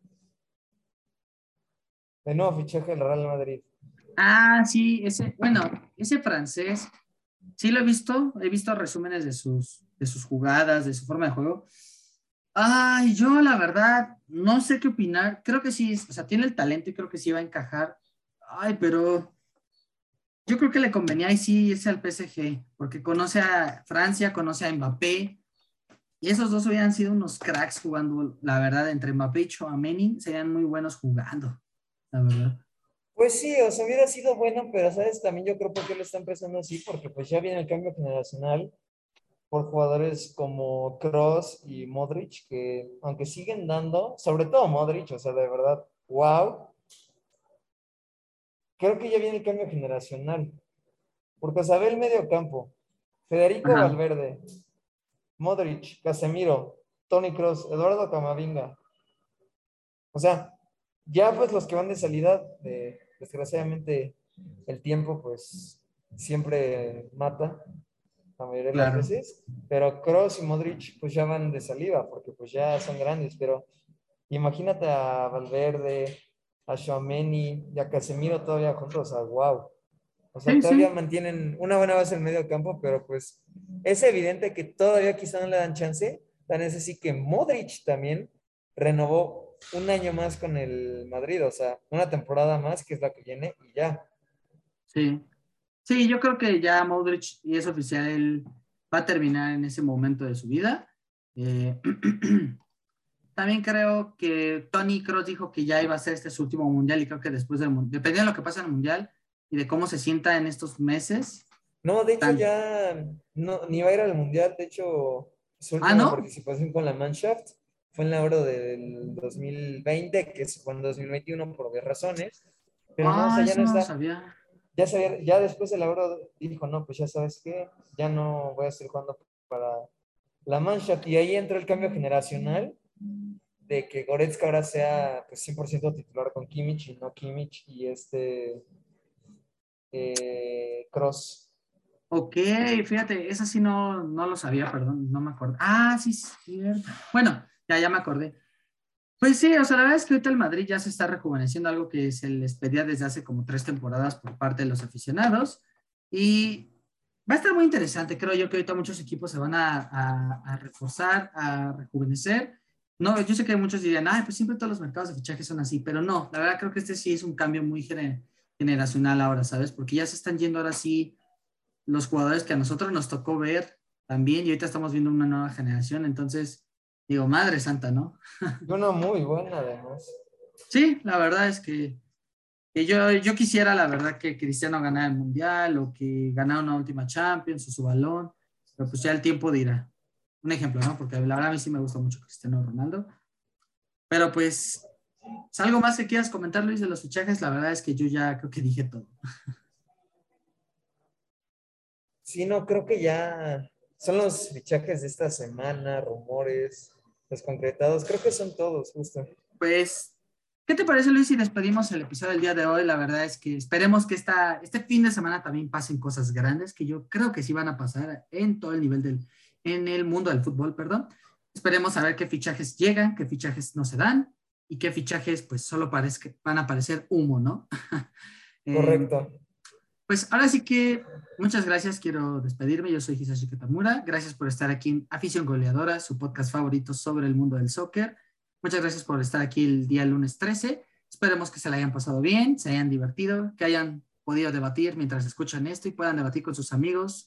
de nuevo fichaje del Real Madrid. Ah, sí, bueno, ese francés, sí lo he visto resúmenes de sus jugadas, de su forma de juego. Ay, yo la verdad no sé qué opinar. Creo que sí, o sea, tiene el talento y creo que sí va a encajar. Ay, pero yo creo que le convenía y sí irse al PSG, porque conoce a Francia, conoce a Mbappé, y esos dos hubieran sido unos cracks jugando, la verdad, entre Mbappé y Tchouaméni, serían muy buenos jugando, la verdad. Pues sí, o sea, hubiera sido bueno, pero sabes, también yo creo por qué lo está empezando así, porque pues ya viene el cambio generacional por jugadores como Kroos y Modric, que aunque siguen dando, sobre todo Modric, o sea, de verdad, wow, creo que ya viene el cambio generacional, porque o sea, ve el medio campo, Federico Ajá, Valverde, Modric, Casemiro, Toni Kroos, Eduardo Camavinga, o sea, ya pues los que van de salida, desgraciadamente el tiempo pues siempre mata la mayoría de las claro. veces, pero Kroos y Modric pues ya van de salida porque pues ya son grandes, pero imagínate a Valverde, a Tchouaméni y a Casemiro todavía juntos, o sea, wow. O sea, Sí, todavía sí, mantienen una buena base en el medio campo, pero pues es evidente que todavía quizá no le dan chance. Tan es así que Modric también renovó un año más con el Madrid, o sea, una temporada más, que es la que viene, y ya. sí. Sí, yo creo que ya Modric, y es oficial, él va a terminar en ese momento de su vida. Eh, También creo que Tony Kroos dijo que ya iba a ser este su último mundial y creo que después del mundial, dependiendo de lo que pasa en el mundial y de cómo se sienta en estos meses. No, de hecho Tan... ya no, ni va a ir al Mundial, de hecho su Ah, última ¿no? participación con la Mannschaft fue en la Euro del 2020, que se fue en 2021 por obvias razones, pero no, o Ah, sea, ya eso no no lo está, sabía. ya después de la Euro dijo, no, pues ya sabes qué, ya no voy a estar jugando para la Mannschaft, y ahí entró el cambio generacional de que Goretzka ahora sea pues 100% titular con Kimmich y no Kimmich y Kroos. Ok, fíjate, eso sí no lo sabía, perdón, no me acuerdo. Ah, sí, sí, cierto. Bueno, ya me acordé. Pues sí, o sea, la verdad es que ahorita el Madrid ya se está rejuveneciendo, algo que se les pedía desde hace como 3 temporadas por parte de los aficionados. Y va a estar muy interesante. Creo yo que ahorita muchos equipos se van a reforzar, a rejuvenecer. No, yo sé que muchos dirían, ay, pues siempre todos los mercados de fichajes son así, pero no, la verdad creo que este sí es un cambio muy generacional ahora, ¿sabes? Porque ya se están yendo ahora sí los jugadores que a nosotros nos tocó ver también y ahorita estamos viendo una nueva generación. Entonces, digo, madre santa, ¿no? Y una muy buena además. Sí, la verdad es que yo quisiera, la verdad, que Cristiano ganara el Mundial o que ganara una última Champions o su balón, pero pues ya el tiempo dirá. Un ejemplo, ¿no? Porque la verdad a mí sí me gusta mucho Cristiano Ronaldo. Pero pues, ¿es algo más que quieras comentar, Luis, de los fichajes? La verdad es que yo ya creo que dije todo. Sí, no, creo que ya son los fichajes de esta semana, rumores, los concretados, creo que son todos, justo. Pues, ¿qué te parece, Luis, si despedimos el episodio del día de hoy? La verdad es que esperemos que este fin de semana también pasen cosas grandes, que yo creo que sí van a pasar en todo el nivel en el mundo del fútbol, perdón. Esperemos a ver qué fichajes llegan, qué fichajes no se dan y qué fichajes pues solo van a parecer humo, ¿no? Eh, Correcto. pues ahora sí que muchas gracias, quiero despedirme. Yo soy Hisashi Tamura. Gracias por estar aquí en Afición Goleadora, su podcast favorito sobre el mundo del soccer. Muchas gracias por estar aquí el día lunes 13. Esperemos que se la hayan pasado bien, se hayan divertido, que hayan podido debatir mientras escuchan esto y puedan debatir con sus amigos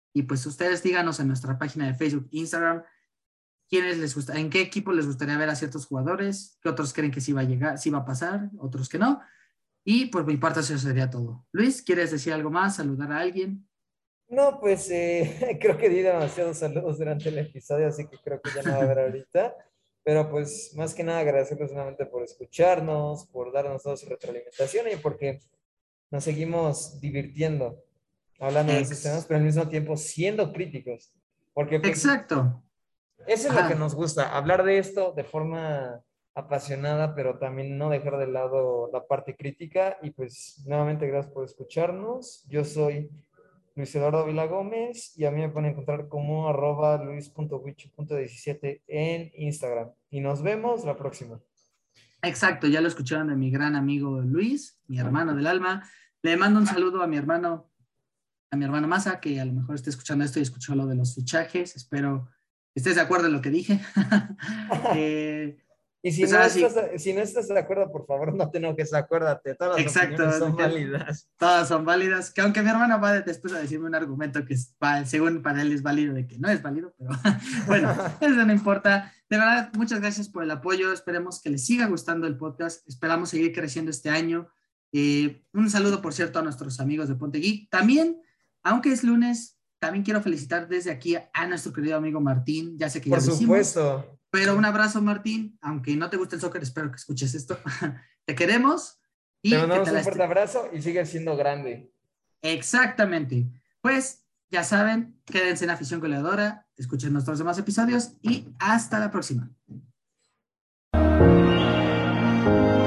Y pues ustedes díganos en nuestra página de Facebook, Instagram, quiénes les gusta, en qué equipo les gustaría ver a ciertos jugadores, qué otros creen que sí va a llegar, sí va a pasar, otros que no. Y por mi parte eso sería todo. Luis, ¿quieres decir algo más? ¿Saludar a alguien? No, pues creo que di demasiados saludos durante el episodio, así que creo que ya no va a haber ahorita. Pero pues más que nada agradecerles nuevamente por escucharnos, por darnos toda su retroalimentación y porque nos seguimos divirtiendo hablando de estos temas, Ex- pero al mismo tiempo siendo críticos. Porque pues exacto. eso es lo que Ajá. nos gusta, hablar de esto de forma apasionada, pero también no dejar de lado la parte crítica. Y pues nuevamente gracias por escucharnos. Yo soy Luis Eduardo Vila Gómez y a mí me pueden encontrar como @luis.wicho.17 en Instagram. Y nos vemos la próxima. Exacto, ya lo escucharon de mi gran amigo Luis, mi hermano del alma. Le mando un saludo a mi hermano Masa, que a lo mejor esté escuchando esto y escuchó lo de los fichajes. Espero que estés de acuerdo en lo que dije. Eh, Y pues ahora sí, si no estás de acuerdo, por favor, no te enojes, acuérdate, todas las exacto, opiniones son que válidas. todas son válidas, que aunque mi hermano va después a decirme un argumento que según para él es válido, de que no es válido, pero bueno, eso no importa. De verdad, muchas gracias por el apoyo, esperemos que les siga gustando el podcast, esperamos seguir creciendo este año. Un saludo, por cierto, a nuestros amigos de Ponte Geek. También, aunque es lunes, también quiero felicitar desde aquí a nuestro querido amigo Martín, ya sé que ya Por lo hicimos, supuesto. pero un abrazo, Martín, aunque no te guste el soccer, espero que escuches esto. Te queremos Te y que mandamos te la un fuerte esté. abrazo y sigue siendo grande. Exactamente. Pues ya saben, quédense en Afición Goleadora, escuchen nuestros demás episodios y hasta la próxima.